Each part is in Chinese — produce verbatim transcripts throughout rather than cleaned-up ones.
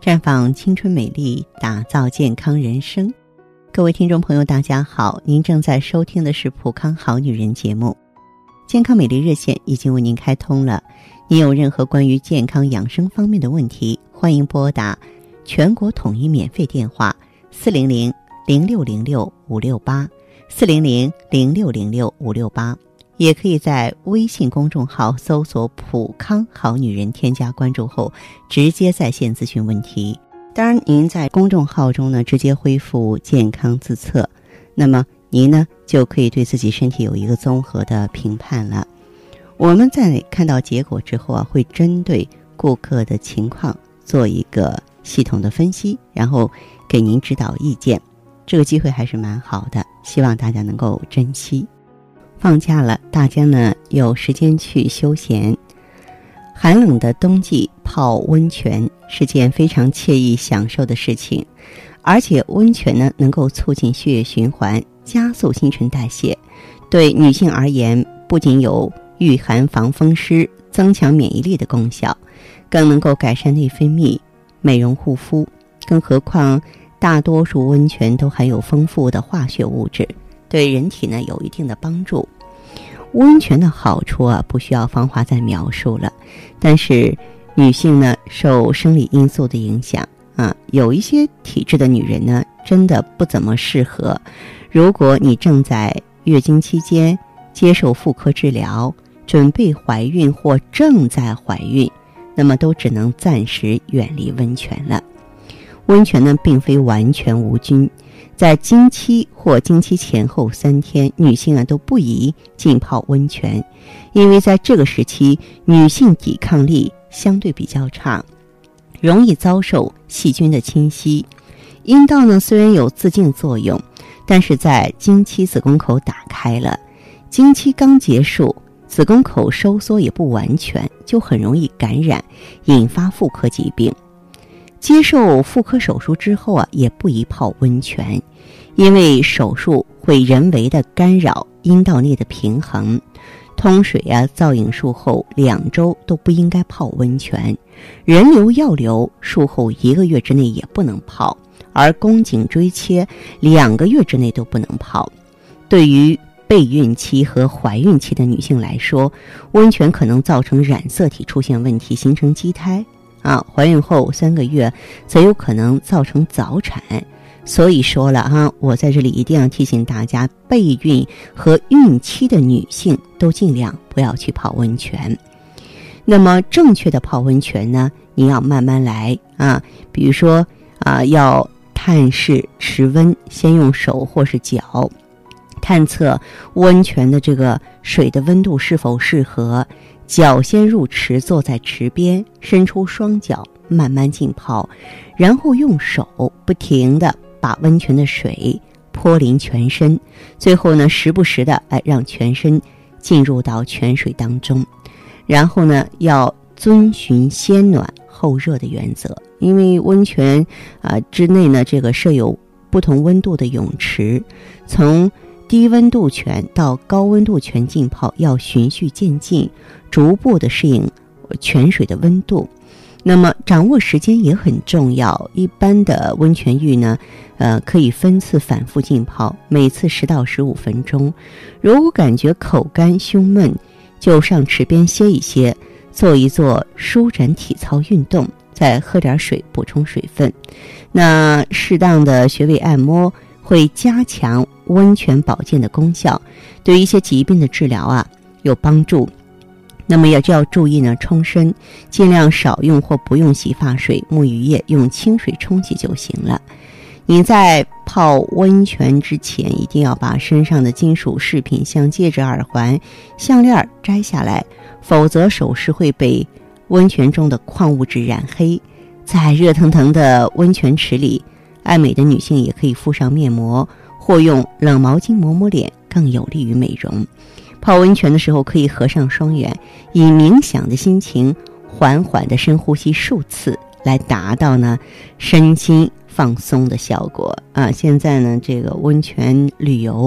绽放青春美丽，打造健康人生。各位听众朋友大家好，您正在收听的是普康好女人节目。健康美丽热线已经为您开通了，您有任何关于健康养生方面的问题，欢迎拨打全国统一免费电话四零零零六零六五六八 四零零零六零六五六八，也可以在微信公众号搜索普康好女人，添加关注后直接在线咨询问题。当然您在公众号中呢直接恢复健康自测，那么您呢就可以对自己身体有一个综合的评判了。我们在看到结果之后啊，会针对顾客的情况做一个系统的分析，然后给您指导意见。这个机会还是蛮好的，希望大家能够珍惜。放假了，大家呢有时间去休闲。寒冷的冬季泡温泉是件非常惬意享受的事情，而且温泉呢能够促进血液循环，加速新陈代谢。对女性而言，不仅有御寒防风湿、增强免疫力的功效，更能够改善内分泌、美容护肤。更何况大多数温泉都含有丰富的化学物质，对人体呢有一定的帮助。温泉的好处啊，不需要芳华再描述了。但是女性呢，受生理因素的影响啊，有一些体质的女人呢，真的不怎么适合。如果你正在月经期间接受妇科治疗，准备怀孕或正在怀孕，那么都只能暂时远离温泉了。温泉呢，并非完全无菌。在经期或经期前后三天，女性啊都不宜浸泡温泉，因为在这个时期，女性抵抗力相对比较差，容易遭受细菌的侵袭。阴道呢虽然有自净作用，但是在经期子宫口打开了，经期刚结束，子宫口收缩也不完全，就很容易感染，引发妇科疾病。接受妇科手术之后啊，也不宜泡温泉，因为手术会人为的干扰阴道内的平衡。通水啊、造影术后两周都不应该泡温泉，人流药流术后一个月之内也不能泡，而宫颈椎切两个月之内都不能泡。对于备孕期和怀孕期的女性来说，温泉可能造成染色体出现问题，形成畸胎啊，怀孕后三个月则有可能造成早产。所以说了哈，我在这里一定要提醒大家，备孕和孕期的女性都尽量不要去泡温泉。那么正确的泡温泉呢，你要慢慢来啊，比如说啊，要探视持温，先用手或是脚探测温泉的这个水的温度是否适合，脚先入池，坐在池边，伸出双脚慢慢浸泡，然后用手不停地把温泉的水泼淋全身，最后呢时不时的哎让全身进入到泉水当中。然后呢要遵循先暖后热的原则，因为温泉啊、呃、之内呢这个设有不同温度的泳池，从低温度泉到高温度泉浸泡要循序渐进，逐步的适应泉水的温度。那么掌握时间也很重要，一般的温泉浴呢呃，可以分次反复浸泡，每次十到十五分钟。如果感觉口干胸闷，就上池边歇一歇，做一做舒展体操运动，再喝点水补充水分。那适当的穴位按摩会加强温泉保健的功效，对一些疾病的治疗啊有帮助。那么也就要注意呢，冲身尽量少用或不用洗发水、沐浴液，用清水冲洗就行了。你在泡温泉之前，一定要把身上的金属饰品，像戒指、耳环、项链摘下来，否则首饰会被温泉中的矿物质染黑。在热腾腾的温泉池里，爱美的女性也可以敷上面膜，或用冷毛巾抹抹脸，更有利于美容。泡温泉的时候可以合上双眼，以冥想的心情缓缓的深呼吸数次，来达到呢身心放松的效果啊。现在呢这个温泉旅游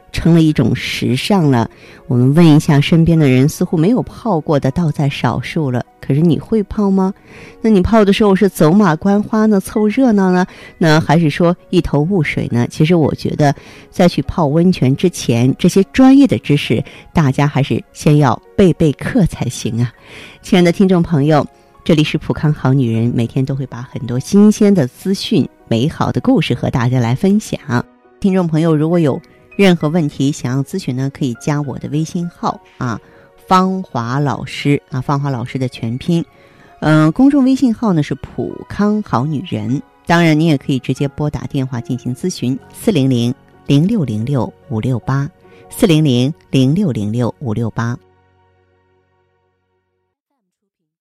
成了一种时尚了。我们问一下身边的人，似乎没有泡过的倒在少数了。可是你会泡吗？那你泡的时候是走马观花呢，凑热闹呢，那还是说一头雾水呢？其实我觉得在去泡温泉之前，这些专业的知识大家还是先要备备课才行啊。亲爱的听众朋友，这里是普康好女人，每天都会把很多新鲜的资讯、美好的故事和大家来分享。听众朋友如果有任何问题想要咨询呢，可以加我的微信号啊，芳华老师啊，芳华老师的全拼，嗯、呃，公众微信号呢是普康好女人。当然，你也可以直接拨打电话进行咨询，四零零零六零六五六八，四零零零六零六五六八。